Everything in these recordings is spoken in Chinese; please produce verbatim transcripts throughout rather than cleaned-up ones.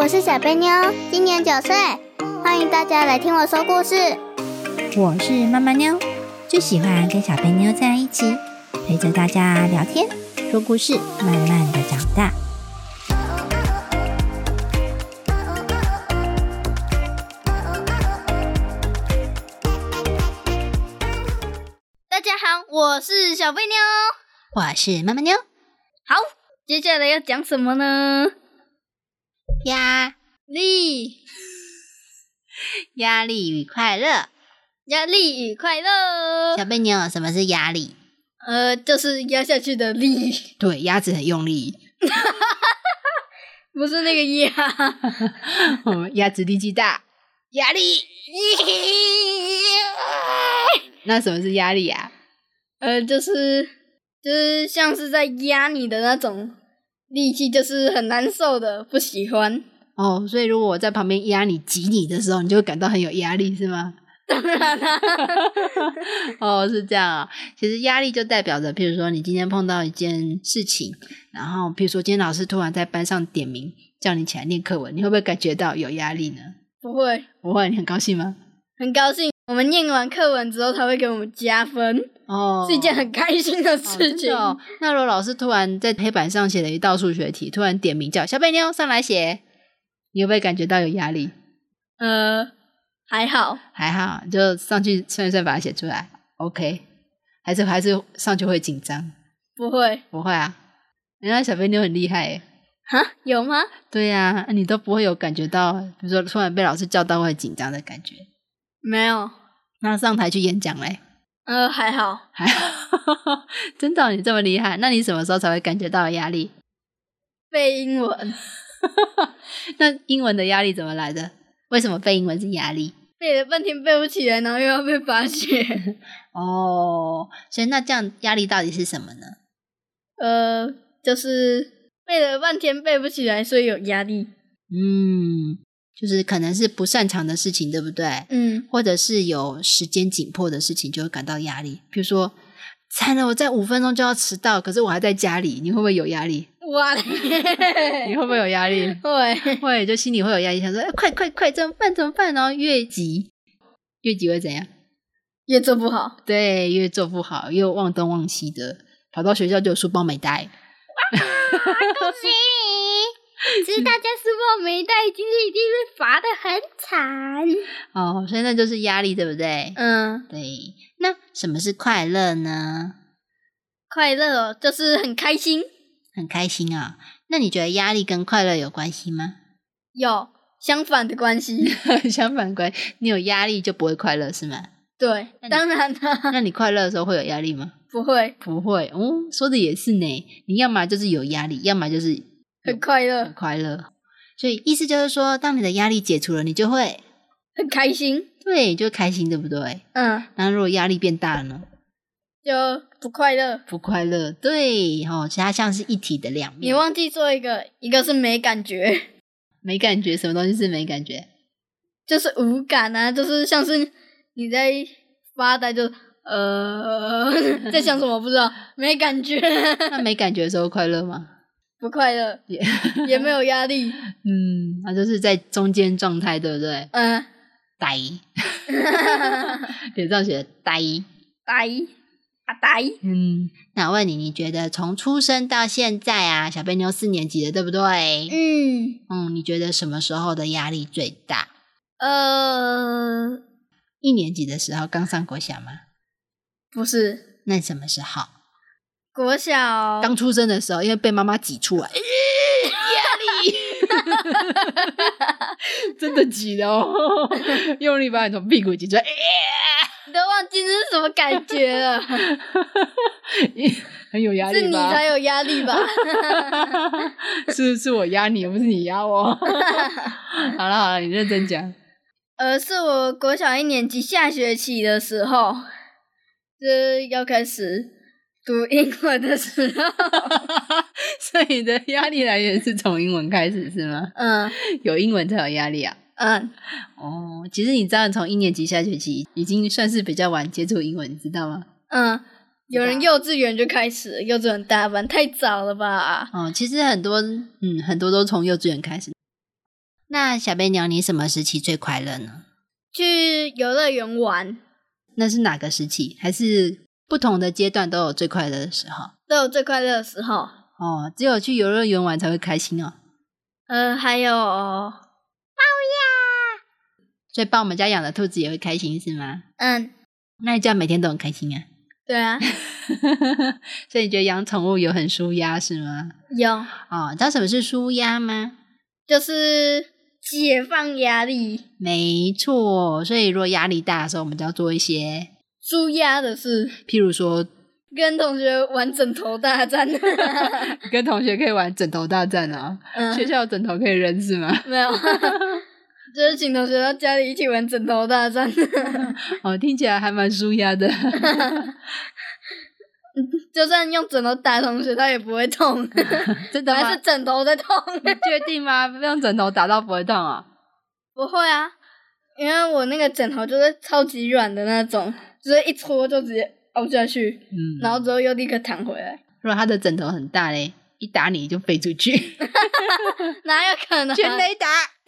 是小贝妞，今年九岁，欢迎大家来听我说故事。 我是妈妈妞，最喜欢跟小贝妞在一起，陪着大家聊天说故事，慢慢的长大。 大家好，我是小贝妞， 我是妈妈妞。 好，接下来要讲什么呢？ 压力， 压力与快乐。 压力与快乐。 小贝妞，什么是压力？ 呃，就是压下去的力。 对，鸭子很用力。 不是那个压。 鸭子力气大，压力。那什么是压力啊？ 呃，就是就是像是在压你的那种力气，就是很难受的，不喜欢。 哦，所以如果我在旁边压你、挤你的时候，你就会感到很有压力，是吗？ 当然啦。 哦，是这样啊。其实压力就代表着，譬如说你今天碰到一件事情，然后譬如说今天老师突然在班上点名叫你起来念课文，你会不会感觉到有压力呢？ 不会。 不会，你很高兴吗？ 很高兴，我们念完课文之后他会给我们加分。哦，是一件很开心的事情。 哦哦、那如果老师突然在黑板上写了一道数学题，突然点名叫小贝妞上来写，你会不会感觉到有压力？ 呃，还好， 还好，就上去算一算把它写出来 ，OK。还是还是上去会紧张？ 不会， 不会啊。原来小贝妞很厉害耶。 哈，有吗？ 对呀、啊，你都不会有感觉到，比如说突然被老师叫到会紧张的感觉？ 没有。 那上台去演讲嘞？ 呃，还好， 还好。真的，你这么厉害，那你什么时候才会感觉到压力？ 背英文。 那英文的压力怎么来的？为什么背英文是压力？ 背了半天背不起来，然后又要被罚写。 哦，所以那这样压力到底是什么呢？ 呃，就是背了半天背不起来，所以有压力。 嗯，就是可能是不擅长的事情，对不对？ 嗯， 或者是有时间紧迫的事情，就会感到压力。比如说，惨了，我在五分钟就要迟到，可是我还在家里，你会不会有压力？ 哇嘞！ 你会不会有压力？ 会会，就心里会有压力，想说、欸、快快快，怎么办怎么办？然后越急，越急会怎样？ 越做不好。 对，越做不好，又忘东忘西的，跑到学校就有书包没带。 哇，恭喜你！其实大家书包没带，今天一定被罚得很惨。 哦，所以那就是压力，对不对？ 嗯， 对。那什么是快乐呢？ 快乐哦，就是很开心。 很开心啊、哦！那你觉得压力跟快乐有关系吗？ 有，相反的关系。 相反的关系，你有压力就不会快乐是吗？ 对，当然啦。 那你快乐的时候会有压力吗？ 不会， 不会。哦，说的也是呢。你要么就是有压力，要么就是很快乐， 很快乐。所以意思就是说，当你的压力解除了，你就会很开心。 对，就开心，对不对？ 嗯。 然后如果压力变大了呢？ 就不快乐， 不快乐，对哦，其实它像是一体的两面。 你忘记说一个，一个是没感觉， 没感觉，什么东西是没感觉？ 就是无感啊，就是像是你在发呆就，就呃在想什么不知道，没感觉。 那没感觉的时候快乐吗？ 不快乐，也也没有压力。 嗯，那就是在中间状态，对不对？ 嗯， 呆，脸上写呆呆。呆， 嗯，那我问你，你觉得从出生到现在啊，小贝妞四年级了，对不对？ 嗯嗯，你觉得什么时候的压力最大？ 呃， 一年级的时候，刚上国小吗？ 不是， 那什么时候？ 国小刚出生的时候，因为被妈妈挤出来，呃、压力，真的挤的哦，用力把你从屁股挤出来。呃你都忘记这是什么感觉了。 很有压力吧？ 是你才有压力吧？ 是是我压你，不是你压我。好了好了，你认真讲。 呃，是我国小一年级下学期的时候，就是要开始读英文的时候。 所以你的压力来源是从英文开始是吗？ 嗯， 有英文才有压力啊。 嗯， 哦，其实你知道从一年级下学期已经算是比较晚接触英文，你知道吗？ 嗯，有人幼稚园就开始了，幼稚园大班太早了吧？ 哦，其实很多嗯很多都从幼稚园开始。 那小贝鸟，你什么时期最快乐呢？ 去游乐园玩。 那是哪个时期？还是不同的阶段都有最快乐的时候？ 都有最快乐的时候。 哦，只有去游乐园玩才会开心哦。 呃，还有抱呀， 所以帮我们家养的兔子也会开心是吗？ 嗯， 那你这样每天都很开心啊？ 对啊。 所以你觉得养宠物有很舒压是吗？ 有。 哦，你知道什么是舒压吗？ 就是解放压力。 没错，所以如果压力大的时候，我们就要做一些舒压的事， 譬如说跟同学玩枕头大战。 跟同学可以玩枕头大战啊、 嗯、 学校有枕头可以扔是吗？ 没有。就是请同学到家里一起玩枕头大战。 哦，听起来还蛮舒压的。 就算用枕头打同学，他也不会痛。 真的吗？ 还是枕头在痛。 你确定吗？用枕头打到不会痛啊？ 不会啊，因为我那个枕头就是超级软的那种，就是一戳就直接凹下去， 嗯， 然后之后又立刻弹回来。 如果他的枕头很大嘞，一打你就飞出去。 哪有可能？ 全雷打，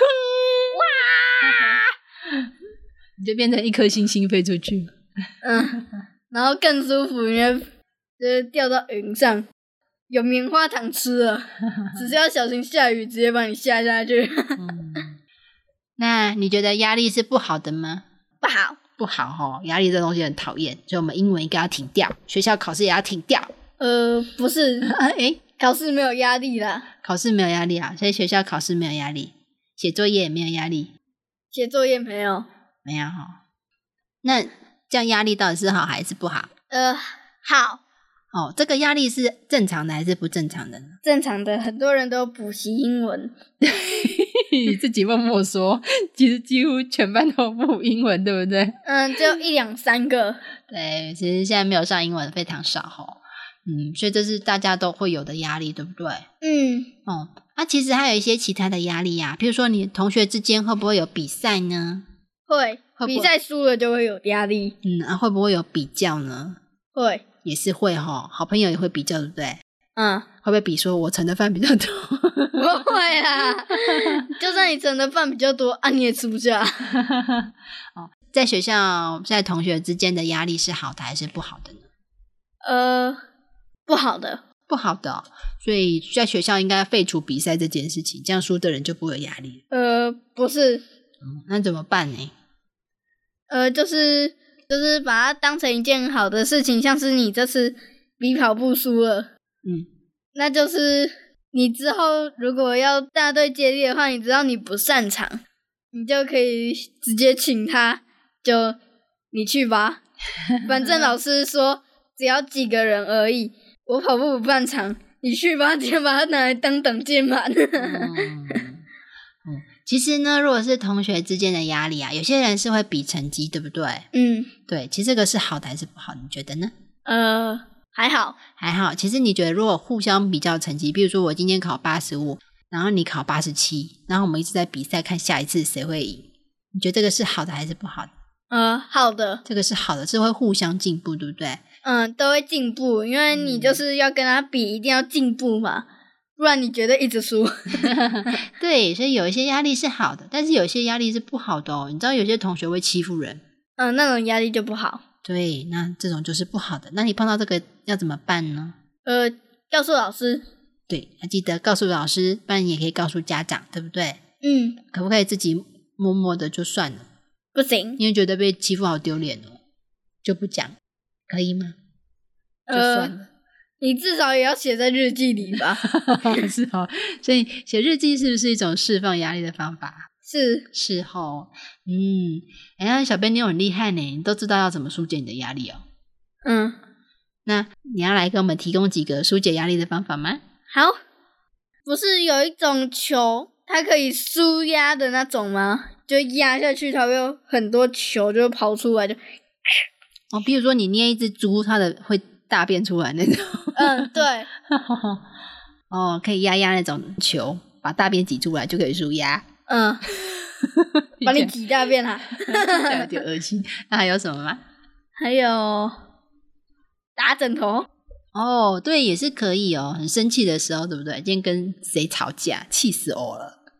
哇！你就变成一颗星星飞出去。 嗯，然后更舒服，因为就是掉到云上，有棉花糖吃了，只是要小心下雨，直接把你下下去。 嗯，那你觉得压力是不好的吗？ 不好， 不好哦，压力这东西很讨厌，所以我们英文应该要停掉，学校考试也要停掉。 呃，不是， 诶考试没有压力啦， 考试没有压力啊，所以学校考试没有压力，写作业也没有压力， 写作业没有， 没有哈。那这样压力到底是好还是不好？ 呃，好， 哦，这个压力是正常的还是不正常的呢？ 正常的，很多人都补习英文。 你自己默默说，其实几乎全班都补英文，对不对？ 嗯，就一两三个。 对，其实现在没有上英文的非常少哈。嗯，所以这是大家都会有的压力，对不对？ 嗯， 哦，那、啊、其实还有一些其他的压力呀、啊，比如说你同学之间会不会有比赛呢？ 会， 会比赛输了就会有压力。 嗯，啊，会不会有比较呢？ 会， 也是会哈，好朋友也会比较，对不对？ 嗯， 会不会比说我盛的饭比较多？ 不会啦，就算你盛的饭比较多啊，你也吃不下。 哦，在学校在同学之间的压力是好的还是不好的呢？ 呃，不好的， 不好的、哦，所以在学校应该废除比赛这件事情，这样输的人就不会有压力。 呃，不是， 嗯，那怎么办呢？ 呃，就是就是把它当成一件好的事情，像是你这次比跑步输了， 嗯， 那就是你之后如果要大队接力的话，你知道你不擅长，你就可以直接请他，就你去吧，反正老师说只要几个人而已，我跑步不擅长，你去吧，直接把它拿来当挡箭牌。 嗯嗯，其实呢，如果是同学之间的压力啊，有些人是会比成绩，对不对？ 嗯， 对，其实这个是好的还是不好？你觉得呢？ 呃，还好， 还好。其实你觉得，如果互相比较成绩，比如说我今天考八十五，然后你考八十七，然后我们一直在比赛，看下一次谁会赢，你觉得这个是好的还是不好的？ 呃，好的， 这个是好的，是会互相进步，对不对？ 嗯，都会进步，因为你就是要跟他比，一定要进步嘛，不然你绝对一直输。 对，所以有一些压力是好的，但是有一些压力是不好的哦。你知道有些同学会欺负人， 嗯，那种压力就不好。 对，那这种就是不好的。那你碰到这个要怎么办呢？ 呃，告诉老师。 对，要记得告诉老师，不然也可以告诉家长，对不对？ 嗯， 可不可以自己默默的就算了？ 不行， 因为觉得被欺负好丢脸哦，就不讲，可以吗？就呃算了。 你至少也要写在日记里吧？ 是哦，所以写日记是不是一种释放压力的方法？ 是是哦，嗯，哎呀，小贝妞很厉害呢，你都知道要怎么疏解你的压力哦。 嗯， 那你要来给我们提供几个疏解压力的方法吗？ 好，不是有一种球，它可以舒压的那种吗？就压下去，它会有很多球就跑出来，就哦，比如说你捏一只猪，它的会大便出来那种。 嗯，对， 哦，可以压压那种球，把大便挤出来就可以舒压。 嗯，把你挤大便哈， 有点恶心。那还有什么吗？ 还有打枕头。 哦，对，也是可以哦。很生气的时候，对不对？今天跟谁吵架，气死我了，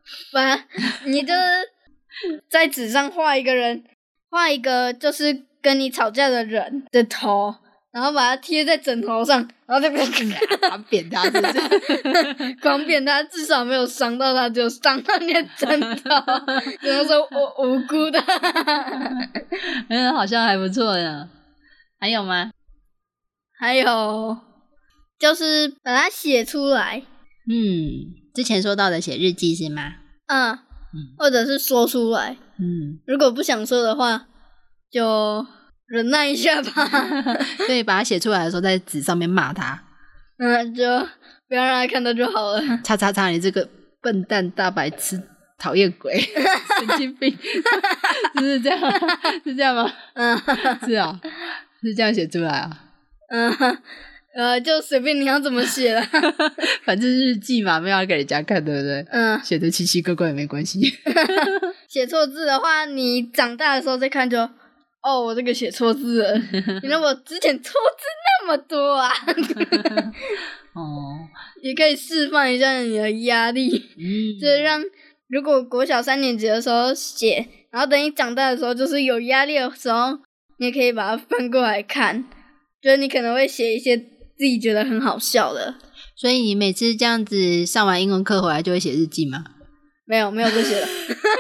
把你就是在纸上画一个人，画一个就是跟你吵架的人的头，然后把它贴在枕头上，然后就狂扁他，是不是？ 狂扁他，至少没有伤到他，只有伤到你的枕头，然后说我无辜的。 嗯，好像还不错呢。还有吗？ 还有就是把它写出来， 嗯，之前说到的写日记是吗？ 嗯， 嗯或者是说出来。 嗯， 如果不想说的话，就忍耐一下吧。 所以把它写出来的时候，在纸上面骂他， 嗯，就不要让他看到就好了。 叉叉叉，你这个笨蛋大白痴，讨厌鬼，神经病，是不是这样？是这样吗？ 嗯， 是啊，是这样写出来啊。 嗯，呃，就随便你要怎么写了。 反正日记嘛，没有要给人家看，对不对？ 嗯， 写的奇奇怪怪也没关系。 写错字的话，你长大的时候再看就，哦，我这个写错字了。原来我之前错字那么多啊。 哦， 也可以释放一下你的压力， 嗯， 就是让如果国小三年级的时候写，然后等你长大的时候，就是有压力的时候，你也可以把它翻过来看。就是你可能会写一些自己觉得很好笑的。 所以你每次这样子上完英文课回来就会写日记吗？ 没有，没有这些了。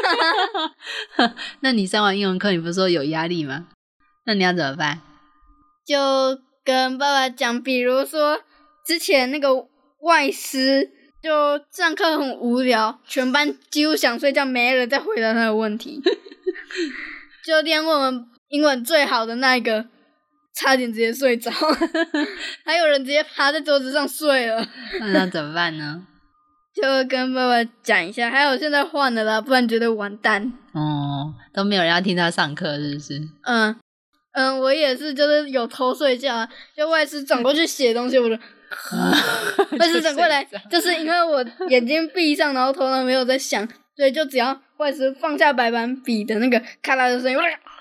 那你上完英文课，你不是说有压力吗？那你要怎么办？ 就跟爸爸讲，比如说之前那个外师，就上课很无聊，全班几乎想睡觉，没人再回答他的问题。就连我们英文最好的那一个，差点直接睡着。还有人直接趴在桌子上睡了。 那怎么办呢？ 就跟爸爸讲一下，还有现在换了啦，不然觉得完蛋。 哦，都没有人要听他上课，是不是？ 嗯嗯，我也是，就是有偷睡觉啊，就外师转过去写东西，我就外师转过来，就是因为我眼睛闭上，然后头脑没有在想，所以就只要外师放下白板笔的那个咔啦的声音，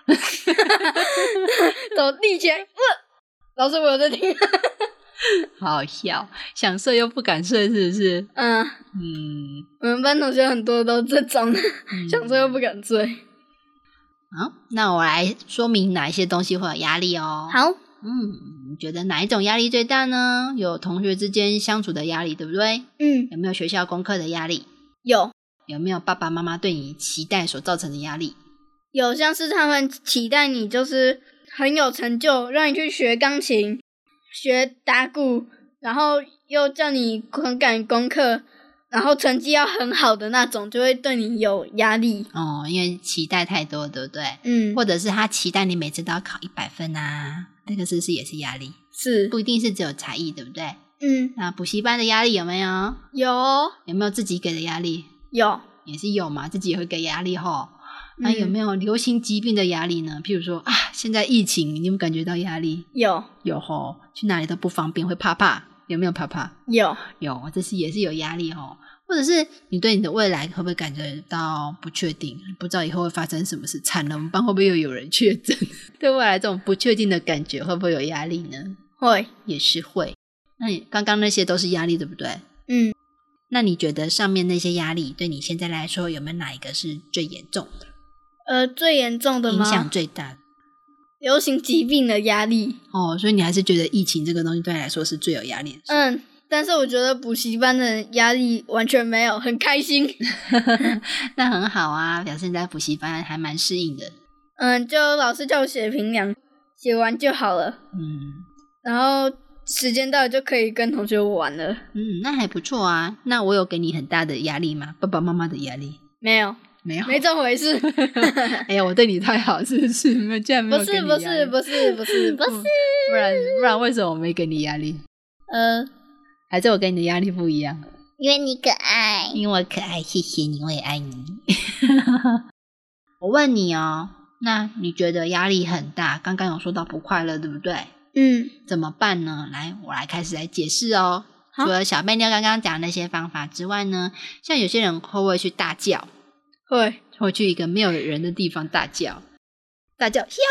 手立起来，呃，老师我有在听。 好好笑，想睡又不敢睡，是不是？ 嗯嗯， 我们班同学很多都这种， 嗯想睡又不敢睡。 好，那我来说明哪一些东西会有压力哦。 好， 嗯，你觉得哪一种压力最大呢？有同学之间相处的压力，对不对？ 嗯， 有没有学校功课的压力？ 有有没有爸爸妈妈对你期待所造成的压力？ 有，像是他们期待你就是很有成就，让你去学钢琴、学打鼓，然后又叫你很赶功课，然后成绩要很好的那种，就会对你有压力。 哦，因为期待太多，对不对？ 嗯， 或者是他期待你每次都要考一百分啊，这个是不是也是压力？ 是， 不一定是只有才艺，对不对？ 嗯， 那补习班的压力有没有？ 有有没有自己给的压力？ 有， 也是有嘛，自己也会给压力吼。那嗯有没有流行疾病的压力呢？譬如说啊，现在疫情，你有没有感觉到压力？ 有有吼，去哪里都不方便，会怕怕，有没有怕怕？ 有， 有，这是也是有压力吼。或者是你对你的未来会不会感觉到不确定？不知道以后会发生什么事，惨了，我们班会不会又有人确诊？对未来这种不确定的感觉，会不会有压力呢？ 会， 也是会。那你刚刚那些都是压力，对不对？ 嗯， 那你觉得上面那些压力对你现在来说有没有哪一个是最严重的？ 呃，最严重的影响吗？ 最大的流行疾病的压力。 哦，所以你还是觉得疫情这个东西对你来说是最有压力的事。 嗯，但是我觉得补习班的压力完全没有，很开心。 那很好啊，表示你在补习班还蛮适应的。 嗯，就老师叫我写评量，写完就好了， 嗯然后时间到了就可以跟同学玩了。 嗯，那还不错啊。那我有给你很大的压力吗？爸爸妈妈的压力没有， 没有？ 没这回事。 哎呀，我对你太好，是不是？没有，竟然没不有给是不是你压力不是不是不是， 不然不然为什么我没给你压力？ 呃， 还是我给你的压力不一样？ 因为你可爱。 因为我可爱，谢谢你，我也爱你。我问你哦，那你觉得压力很大？刚刚有说到不快乐，对不对？ 嗯， 怎么办呢？来，我来开始来解释哦。 好除了小贝妞刚刚讲的那些方法之外呢，像有些人会不会去大叫？ 会会去一个没有人的地方大叫，大叫小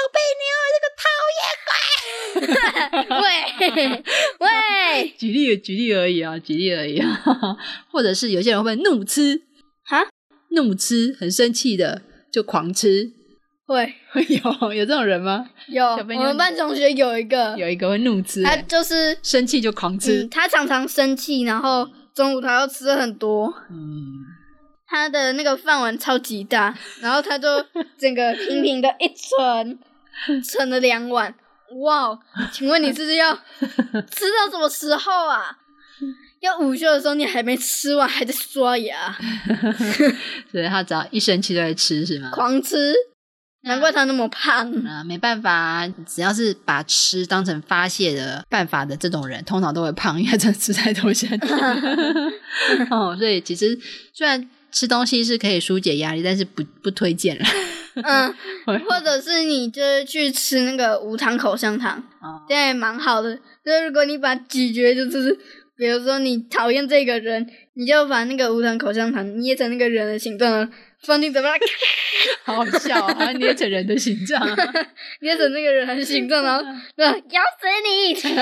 贝妞这个讨厌鬼。 喂喂， 举例举例而已啊，举例而已啊。或者是有些人会不会怒吃？ 哈， 怒吃，很生气的就狂吃。 会有有这种人吗？ 有，我小朋友们班同学有一个， 有一个会怒吃， 他就是生气就狂吃。 嗯，他常常生气，然后中午他要吃很多。 嗯， 他的那个饭碗超级大，然后他就整个平平的一盛，盛了两碗。哇，请问你是不是要吃到什么时候啊？要午休的时候你还没吃完，还在刷牙。 所以他只要一生气就会吃是吗？ 狂吃，难怪他那么胖。 啊，没办法啊，只要是把吃当成发泄的办法的这种人，通常都会胖，因为他真的吃太多下去。哦，所以其实虽然吃东西是可以疏解压力，但是不不推荐了。 嗯，或者是你就是去吃那个无糖口香糖， 哦， 这样也蛮好的。就是如果你把咀嚼，就是比如说你讨厌这个人，你就把那个无糖口香糖捏成那个人的形状，放进嘴巴， 好好笑啊，好像捏成人的形状， 捏成那个人的形状，然后对，咬死你！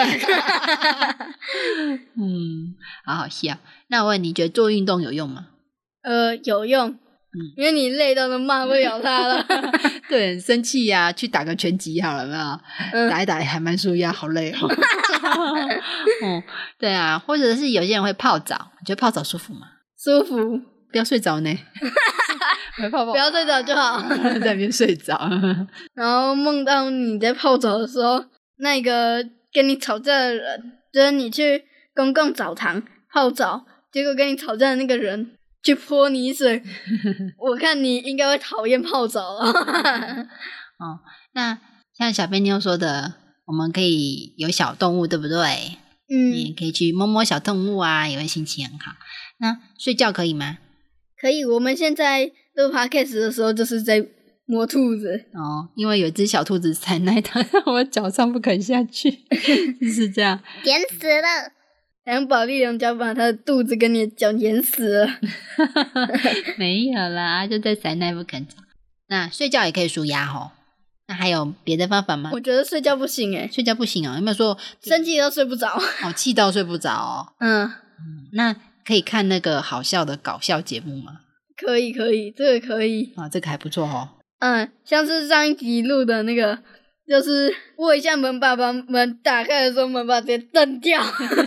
嗯，好好笑。那我问你，觉得做运动有用吗？ 呃，有用，嗯，因为你累到都骂不了他了。 对，很生气呀、啊，去打个拳击好了，有没有？嗯、打一打还蛮舒压，好累哦。嗯，对啊，或者是有些人会泡澡，你觉得泡澡舒服吗？ 舒服， 不要睡着呢。泡泡不要睡着就好， 在那边睡着。 然后梦到你在泡澡的时候，那个跟你吵架的人，就是你去公共澡堂泡澡，结果跟你吵架的那个人去泼你水，我看你应该会讨厌泡澡了。 哦，那像小贝妞说的，我们可以有小动物，对不对？ 嗯， 你也可以去摸摸小动物啊，也会心情很好。那睡觉可以吗？ 可以。我们现在录 podcast 的时候就是在摸兔子哦，因为有一只小兔子踩奶它让我脚上不肯下去，就是这样， 甜死了。 然后保利龙脚把它的肚子跟你的脚碾死了。 没有啦，就在塞奶不肯走。那睡觉也可以舒压吼。那还有别的方法吗？ 我觉得睡觉不行诶， 睡觉不行哦，有没有说生气都睡不着？ 哦，气到睡不着哦。 嗯嗯，那可以看那个好笑的搞笑节目吗？ 可以可以，这个可以啊，这个还不错哦。 嗯，像是上一集录的那个，就是握一下门把，把门打开的时候，门把直接蹬掉，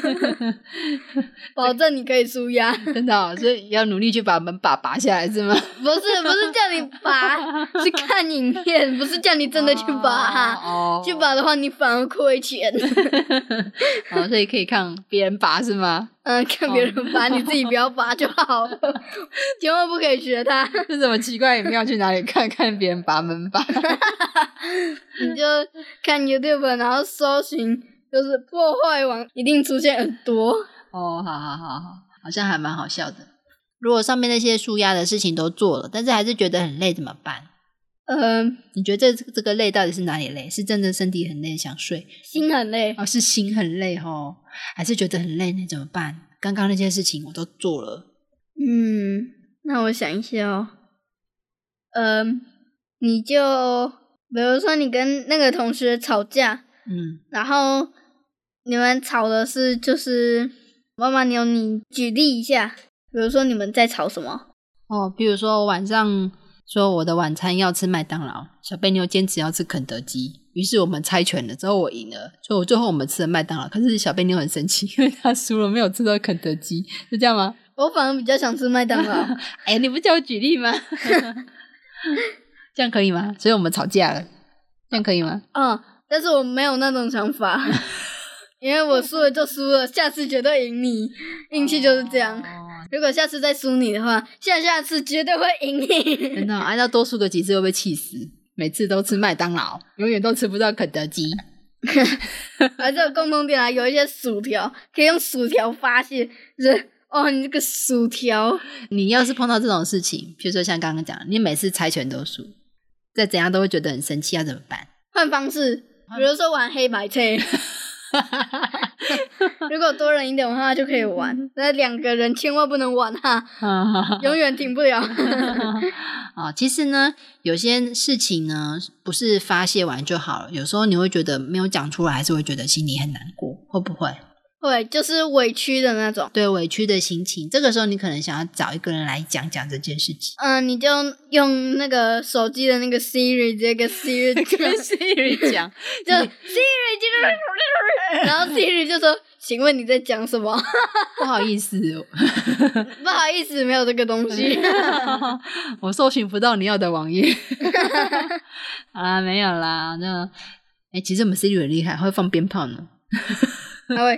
保证你可以舒压。 真的哦，所以要努力去把门把拔下来是吗？ 不是不是叫你拔，是看影片，不是叫你真的去拔。 哦， 去拔的话，你反而亏钱。 哦，所以可以看别人拔是吗？ 嗯，看别人拔，你自己不要拔就好了，千万不可以学他。 这什么奇怪影片？要去哪里看看别人拔门把？ 你就看 YouTube， 然后搜寻就是破坏王，一定出现很多。 哦，好好好好，好像还蛮好笑的。如果上面那些舒压的事情都做了，但是还是觉得很累，怎么办？ 嗯， 你觉得这这个累到底是哪里累？是真的身体很累想睡， 心很累哦，是心很累哦，还是觉得很累？那怎么办？刚刚那件事情我都做了。 嗯，那我想一下哦。嗯，你就比如说你跟那个同学吵架， 嗯， 然后你们吵的是就是妈妈牛，你举例一下，比如说你们在吵什么？ 哦，比如说晚上说我的晚餐要吃麦当劳，小贝妞坚持要吃肯德基，于是我们猜拳了，之后我赢了，所以我最后我们吃了麦当劳，可是小贝妞很生气，因为她输了，没有吃到肯德基，是这样吗？ 我反而比较想吃麦当劳。 哎呀，你不叫我举例吗？这样可以吗？所以我们吵架了，这样可以吗？ 嗯，但是我没有那种想法，因为我输了就输了，下次绝对赢你，运气就是这样。哦，如果下次再输你的话，下下次绝对会赢你。 真的，按照多输个几次会被气死，每次都吃麦当劳，永远都吃不到肯德基。 还是有共同点啊，有一些薯条可以用薯条发泄，就是哦，你这个薯条。 你要是碰到这种事情，比如说像刚刚讲，你每次猜拳都输，再怎样都会觉得很生气，要怎么办？ 换方式，比如说玩黑白猜。如果多人一点的话就可以玩，那两个人千万不能玩哈，永远停不了。 哦，其实呢，有些事情呢，不是发泄完就好了，有时候你会觉得没有讲出来，还是会觉得心里很难过，会不会？ 会，就是委屈的那种。 对，委屈的心情，这个时候你可能想要找一个人来讲讲这件事情。 嗯，你就用那个手机的那个 Siri 直接跟 Siri 跟 Siri 讲， 就 Siri 就然后 Siri 就说：“请问你在讲什么？” 不好意思哦， 不好意思，没有这个东西。 我搜寻不到你要的网页。好啦，没有啦，那哎、欸，其实我们 Siri 很厉害，会放鞭炮呢。 他会，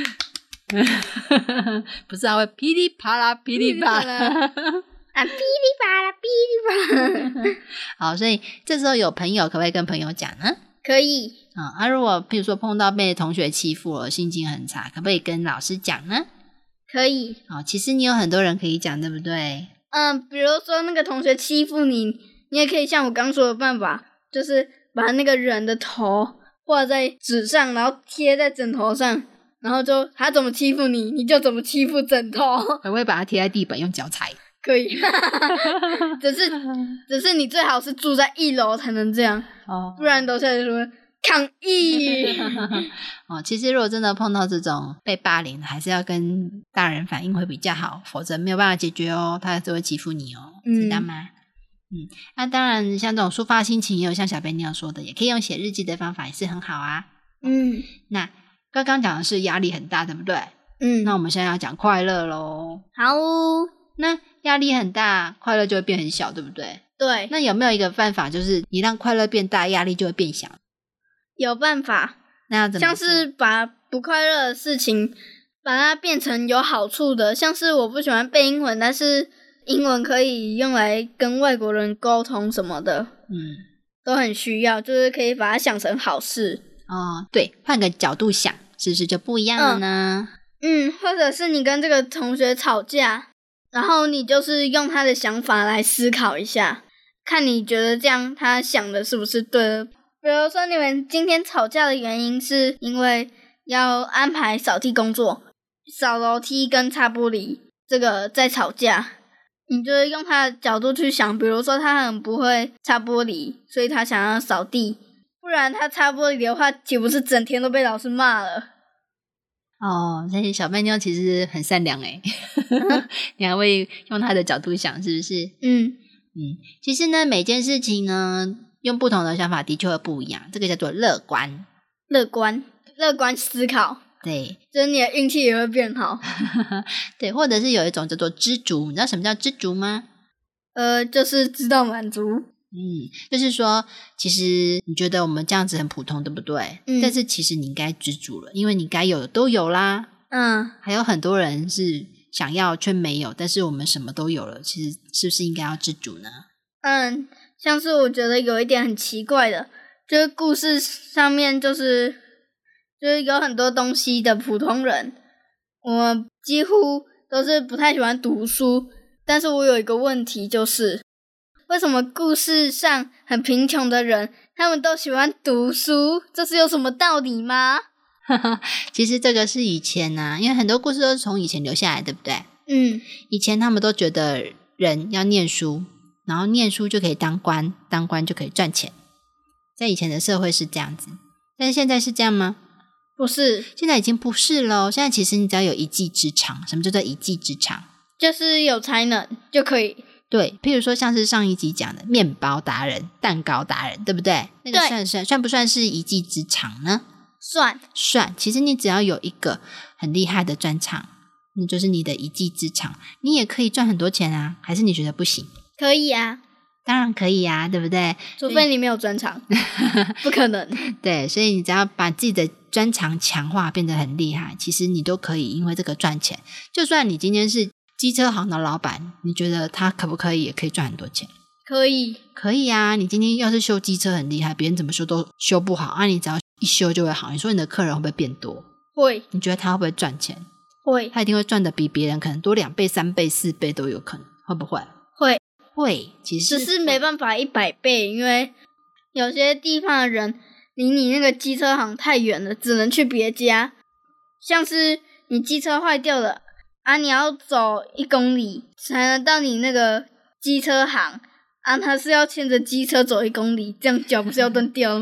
不是，他会噼里啪啦，噼里啪啦， 啊，噼里啪啦，噼里啪啦。 好，所以这时候有朋友可不可以跟朋友讲呢？ 可以。 啊、嗯，啊，如果譬如说碰到被同学欺负了，心情很差，可不可以跟老师讲呢？ 可以。 哦，其实你有很多人可以讲，对不对？ 嗯，比如说那个同学欺负你，你也可以像我刚说的办法，就是把那个人的头画在纸上，然后贴在枕头上，然后就他怎么欺负你，你就怎么欺负枕头。 可不可以把它贴在地板用脚踩？ 可以。只是只是你最好是住在一楼才能这样，哦，不然楼下就说抗议。 哦，其实如果真的碰到这种被霸凌的，还是要跟大人反映会比较好，否则没有办法解决哦，他还是会欺负你哦，知道吗？嗯，那当然像这种抒发心情，也有像小贝妞说的，也可以用写日记的方法，也是很好啊。 嗯， 那刚刚讲的是压力很大，对不对？ 嗯， 那我们现在要讲快乐咯。 好， 那压力很大，快乐就会变很小，对不对？ 对。 那有没有一个办法，就是你让快乐变大，压力就会变小？ 有办法。 那要怎么做？ 像是把不快乐的事情把它变成有好处的，像是我不喜欢背英文，但是英文可以用来跟外国人沟通什么的， 嗯， 都很需要，就是可以把它想成好事。 哦，对，换个角度想，是不是就不一样了呢？ 嗯, 嗯，或者是你跟这个同学吵架，然后你就是用他的想法来思考一下，看你觉得这样他想的是不是对的。比如说你们今天吵架的原因是因为要安排扫地工作，扫楼梯跟擦玻璃，这个在吵架，你就是用他的角度去想，比如说他很不会擦玻璃，所以他想要扫地，不然他擦玻璃的话岂不是整天都被老师骂了。 哦，所以小贝妞其实很善良诶。你还会用他的角度想，是不是？ 嗯嗯，其实呢，每件事情呢，用不同的想法的确会不一样，这个叫做乐观。 乐观，乐观思考。 对， 就是你的运气也会变好。 对，或者是有一种叫做知足，你知道什么叫知足吗？ 呃，就是知道满足。 嗯，就是说，其实你觉得我们这样子很普通，对不对？嗯。但是其实你应该知足了，因为你该有的都有啦。 嗯。 还有很多人是想要却没有，但是我们什么都有了，其实是不是应该要知足呢？ 嗯，像是我觉得有一点很奇怪的，就是故事上面就是就是有很多东西的普通人，我几乎都是不太喜欢读书，但是我有一个问题，就是为什么故事上很贫穷的人他们都喜欢读书，这是有什么道理吗？ 其实这个是以前啊，因为很多故事都是从以前留下来，对不对？ 嗯， 以前他们都觉得人要念书，然后念书就可以当官，当官就可以赚钱，在以前的社会是这样子。但是现在是这样吗？ 不是， 现在已经不是了。现在其实你只要有一技之长。什么叫做一技之长？ 就是有才能就可以。 对，譬如说像是上一集讲的面包达人、蛋糕达人，对不对？那个算算算不算是一技之长呢？ 算算。其实你只要有一个很厉害的专长，那就是你的一技之长，你也可以赚很多钱啊。还是你觉得不行？ 可以啊， 当然可以啊，对不对？ 除非你没有专长。不可能。 对，所以你只要把自己的专长强化，变得很厉害，其实你都可以因为这个赚钱。就算你今天是机车行的老板，你觉得他可不可以也可以赚很多钱？ 可以， 可以啊。你今天要是修机车很厉害，别人怎么修都修不好啊，你只要一修就会好。你说你的客人会不会变多？ 会。 你觉得他会不会赚钱？ 会。 他一定会赚的比别人可能多两倍、三倍、四倍都有可能，会不会？ 会。 会，其实只是没办法一百倍，因为有些地方的人离你那个机车行太远了，只能去别家。像是你机车坏掉了啊，你要走一公里才能到你那个机车行啊，他是要牵着机车走一公里，这样脚不是要断掉了吗？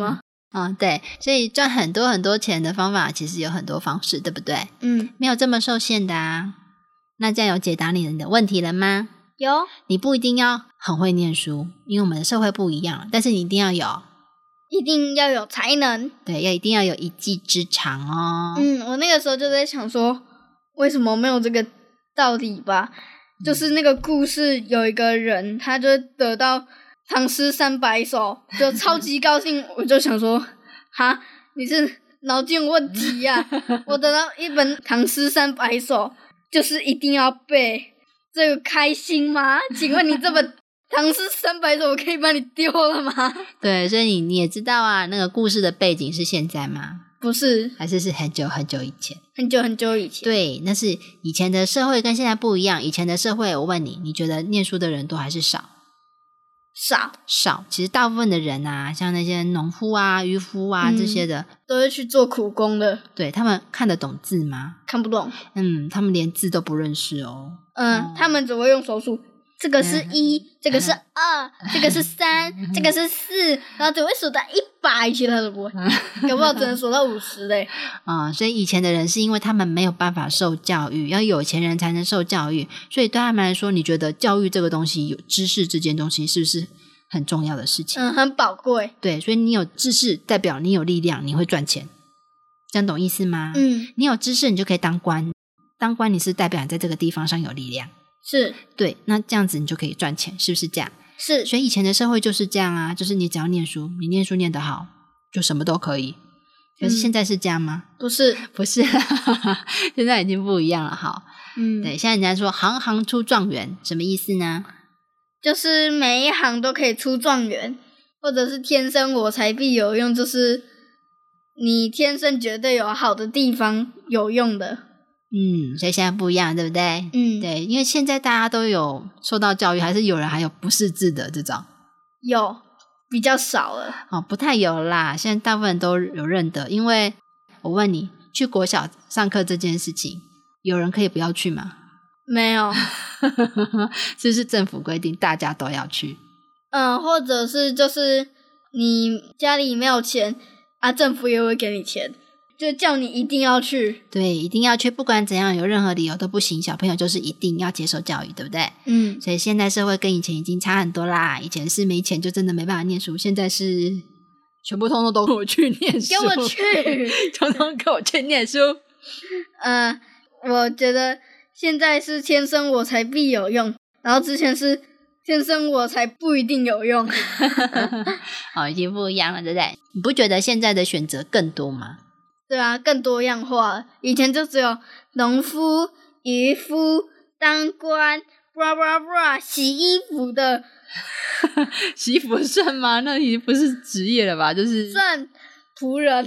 嗯，对，所以赚很多很多钱的方法其实有很多方式，对不对？ 嗯， 没有这么受限的啊。那这样有解答你的问题了吗？ 有， 你不一定要很会念书，因为我们的社会不一样，但是你一定要有， 一定要有才能。 对，要一定要有一技之长哦。 嗯，我那个时候就在想说，为什么没有这个道理吧？嗯、就是那个故事有一个人，他就得到唐诗三百首，就超级高兴。我就想说，哈，你是脑筋有问题呀、啊！我得到一本唐诗三百首，就是一定要背，这个开心吗？请问你这本唐诗三百首，我可以把你丢了吗？ 对，所以你你也知道啊，那个故事的背景是现在吗？ 不是， 还是是很久很久以前？ 很久很久以前。 对，那是以前的社会跟现在不一样。以前的社会，我问你，你觉得念书的人多还是少？ 少少。其实大部分的人啊，像那些农夫啊、渔夫啊、嗯、这些的， 都是去做苦工的。 对，他们看得懂字吗？ 看不懂。 嗯，他们连字都不认识哦。 嗯，哦、他们只会用手数。这个是一，这个是二，这个是三，这个是四，然后只会数到一百，其他都不会，搞不好只能数到五十嘞。 啊、嗯，所以以前的人是因为他们没有办法受教育，要有钱人才能受教育，所以对他们来说，你觉得教育这个东西，有知识这件东西，是不是很重要的事情？ 嗯，很宝贵。 对，所以你有知识，代表你有力量，你会赚钱，这样懂意思吗？ 嗯， 你有知识，你就可以当官，当官你是代表你在这个地方上有力量。 是， 对，那这样子你就可以赚钱，是不是这样？ 是， 所以以前的社会就是这样啊，就是你只要念书，你念书念得好，就什么都可以。可是现在是这样吗？ 嗯、不是， 不是，现在已经不一样了哈。 嗯， 对，现在人家说行行出状元，什么意思呢？ 就是每一行都可以出状元，或者是天生我材必有用，就是你天生绝对有好的地方有用的。 嗯，所以现在不一样，对不对？ 嗯， 对，因为现在大家都有受到教育，还是有人还有不识字的这种？ 有，比较少了。 哦，不太有啦，现在大部分人都有认得。因为我问你，去国小上课这件事情，有人可以不要去吗？ 没有， 这是政府规定，大家都要去。 嗯，或者是就是你家里没有钱啊，政府也会给你钱。就叫你一定要去， 对，一定要去，不管怎样，有任何理由都不行。小朋友就是一定要接受教育，对不对？ 嗯， 所以现在社会跟以前已经差很多啦。以前是没钱就真的没办法念书，现在是全部通通都给我去念书， 给我去， 通通给我去念书。 呃，我觉得现在是天生我材必有用，然后之前是天生我材不一定有用。 哦，已经不一样了，对不对？你不觉得现在的选择更多吗？ 对啊，更多样化。以前就只有农夫、渔夫、当官、bra bra bra 洗衣服的。 洗衣服算吗？那已经不是职业了吧？就是算仆人，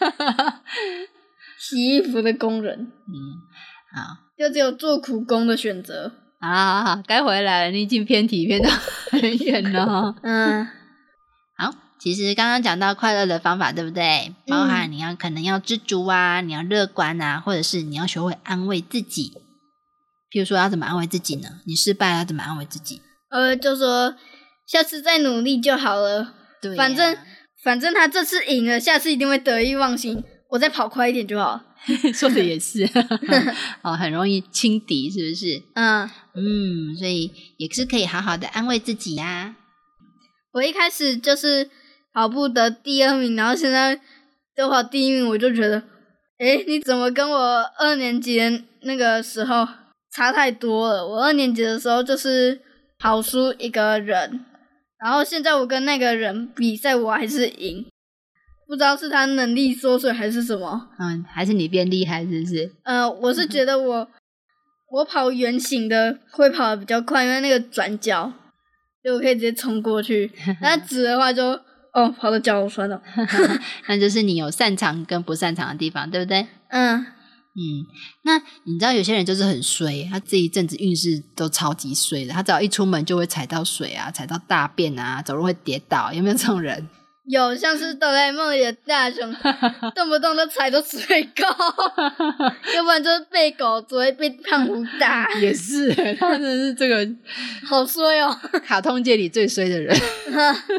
洗衣服的工人。 嗯，好， 就只有做苦工的选择。 好好好，该回来了，你已经偏题偏到很远了。 嗯。 好，其实刚刚讲到快乐的方法，对不对？包含你要可能要知足啊，你要乐观啊，或者是你要学会安慰自己。譬如说要怎么安慰自己呢？你失败了要怎么安慰自己？ 呃，就说下次再努力就好了。 对、啊， 反正反正他这次赢了，下次一定会得意忘形，我再跑快一点就好。 说的也是。哦，很容易轻敌，是不是？ 嗯嗯，所以也是可以好好的安慰自己呀、啊。 我一开始就是跑步得第二名，然后现在都跑第一名，我就觉得，诶，你怎么跟我二年级的那个时候差太多了？我二年级的时候就是跑输一个人，然后现在我跟那个人比赛，我还是赢，不知道是他能力缩水还是什么。 嗯，还是你变厉害，是不是？ 呃，我是觉得我我跑圆形的会跑得比较快，因为那个转角。就我可以直接冲过去，那直的话就哦，跑到脚好酸了。 那就是你有擅长跟不擅长的地方，对不对？ 嗯嗯，那你知道有些人就是很衰，他这一阵子运势都超级衰的，他只要一出门就会踩到水啊，踩到大便啊，走路会跌倒，有没有这种人？ 有，像是哆啦 A 梦里的大雄，动不动就踩到水沟，要不然就是被狗只会被胖虎打。 也是，他真的是这个好衰哦， 卡通界里最衰的人。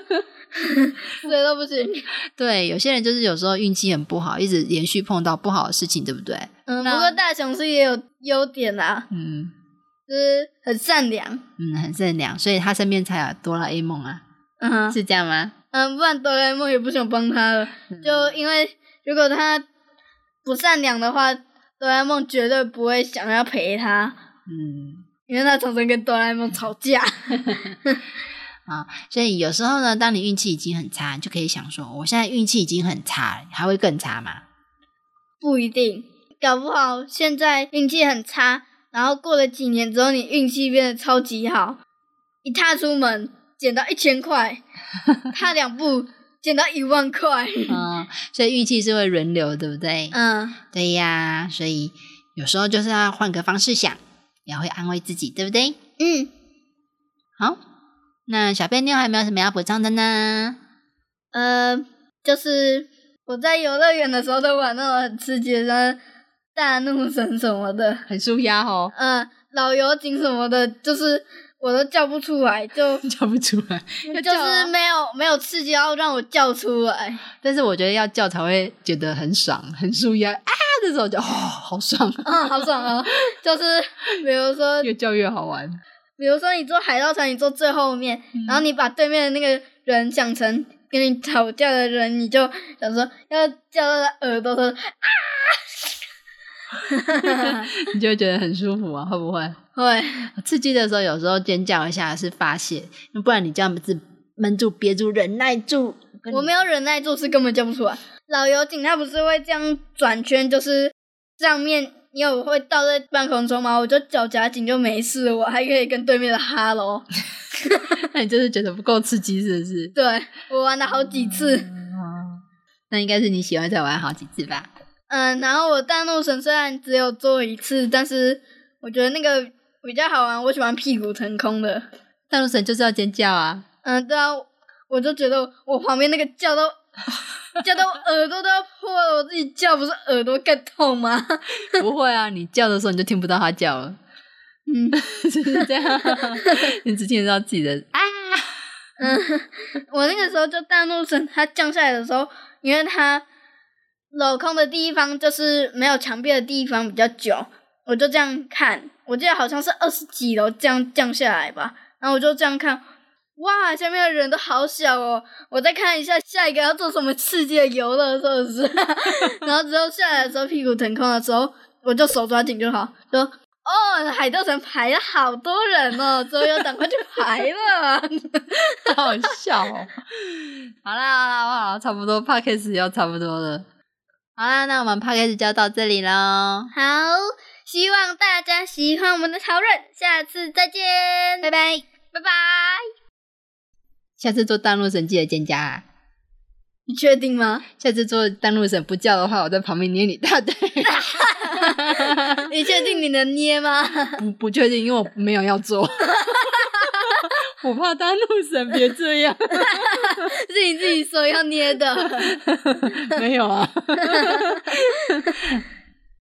谁都不行。 对，有些人就是有时候运气很不好，一直连续碰到不好的事情，对不对？ 嗯，不过大雄是也有优点啦， 嗯， 就是很善良， 嗯，很善良，所以他身边才有哆啦 A 梦啊， 嗯哼， 是这样吗？ 嗯，不然哆啦 A 梦也不想帮他了， 嗯就因为如果他不善良的话，哆啦 A 梦绝对不会想要陪他， 嗯。 因为他常常跟哆啦 A 梦吵架。 啊，所以有时候呢，当你运气已经很差，你就可以想说，我现在运气已经很差了，还会更差吗？ 不一定，搞不好现在运气很差，然后过了几年之后，你运气变得超级好，一踏出门捡到一千块，踏两步捡到一万块。 嗯，所以运气是会轮流，对不对？ 嗯， 对呀，所以有时候就是要换个方式想，也会安慰自己，对不对？ 嗯， 好，那小贝妞还有没有什么要补充的呢？ 呃，就是我在游乐园的时候都玩那种很刺激的，像大怒神什么的， 很舒压哦， 嗯，老油井什么的，就是我都叫不出来，就叫不出来，要就叫啊是没有没有刺激要让我叫出来。 但是我觉得要叫才会觉得很爽，很舒压啊！这时候就哦，好爽， 嗯，好爽哦！就是比如说， 越叫越好玩。 比如说你坐海盗船，你坐最后面， 嗯然后你把对面的那个人想成跟你吵架的人，你就想说要叫到他耳朵说啊， 你就会觉得很舒服啊，会不会？ 会， 刺激的时候，有时候尖叫一下是发泄，不然你这样子闷住、憋住、忍耐住。 我没有忍耐住，是根本叫不出来。老油井他不是会这样转圈，就是上面你有会倒在半空中吗？我就脚夹紧就没事，我还可以跟对面的哈喽。 那你就是觉得不够刺激，是不是？ 对，我玩了好几次。 嗯，那应该是你喜欢才玩好几次吧？ 嗯，然后我大怒神虽然只有做一次，但是我觉得那个比较好玩。我喜欢屁股腾空的。 大怒神就是要尖叫啊！ 嗯，对啊，我就觉得我旁边那个叫到叫到耳朵都要破了，我自己叫不是耳朵更痛吗？ 不会啊，你叫的时候你就听不到他叫了。 嗯， 就是这样，你只听得到自己的啊。 嗯，我那个时候就大怒神，他降下来的时候，因为他镂空的地方就是没有墙壁的地方比较久，我就这样看，我记得好像是二十几楼这样降下来吧，然后我就这样看，哇，下面的人都好小哦，我再看一下下一个要做什么刺激的游乐设施，然后之后下来的时候屁股腾空的时候，我就手抓紧就好，就哦，海盗船排了好多人哦，之后要赶快去排了。 好好笑哦！好啦好啦好啦，差不多 podcast 要差不多了。好啦，那我们 podcast 就到这里咯。 好，希望大家喜欢我们的讨论，下次再见， 拜拜拜拜。 下次做大怒神记得尖叫啊！ 你确定吗？ 下次做大怒神不叫的话，我在旁边捏你大腿。 你确定你能捏吗？ 不不确定，因为我没有要做。我怕大怒神别这样。 是你自己说要捏的。 没有啊。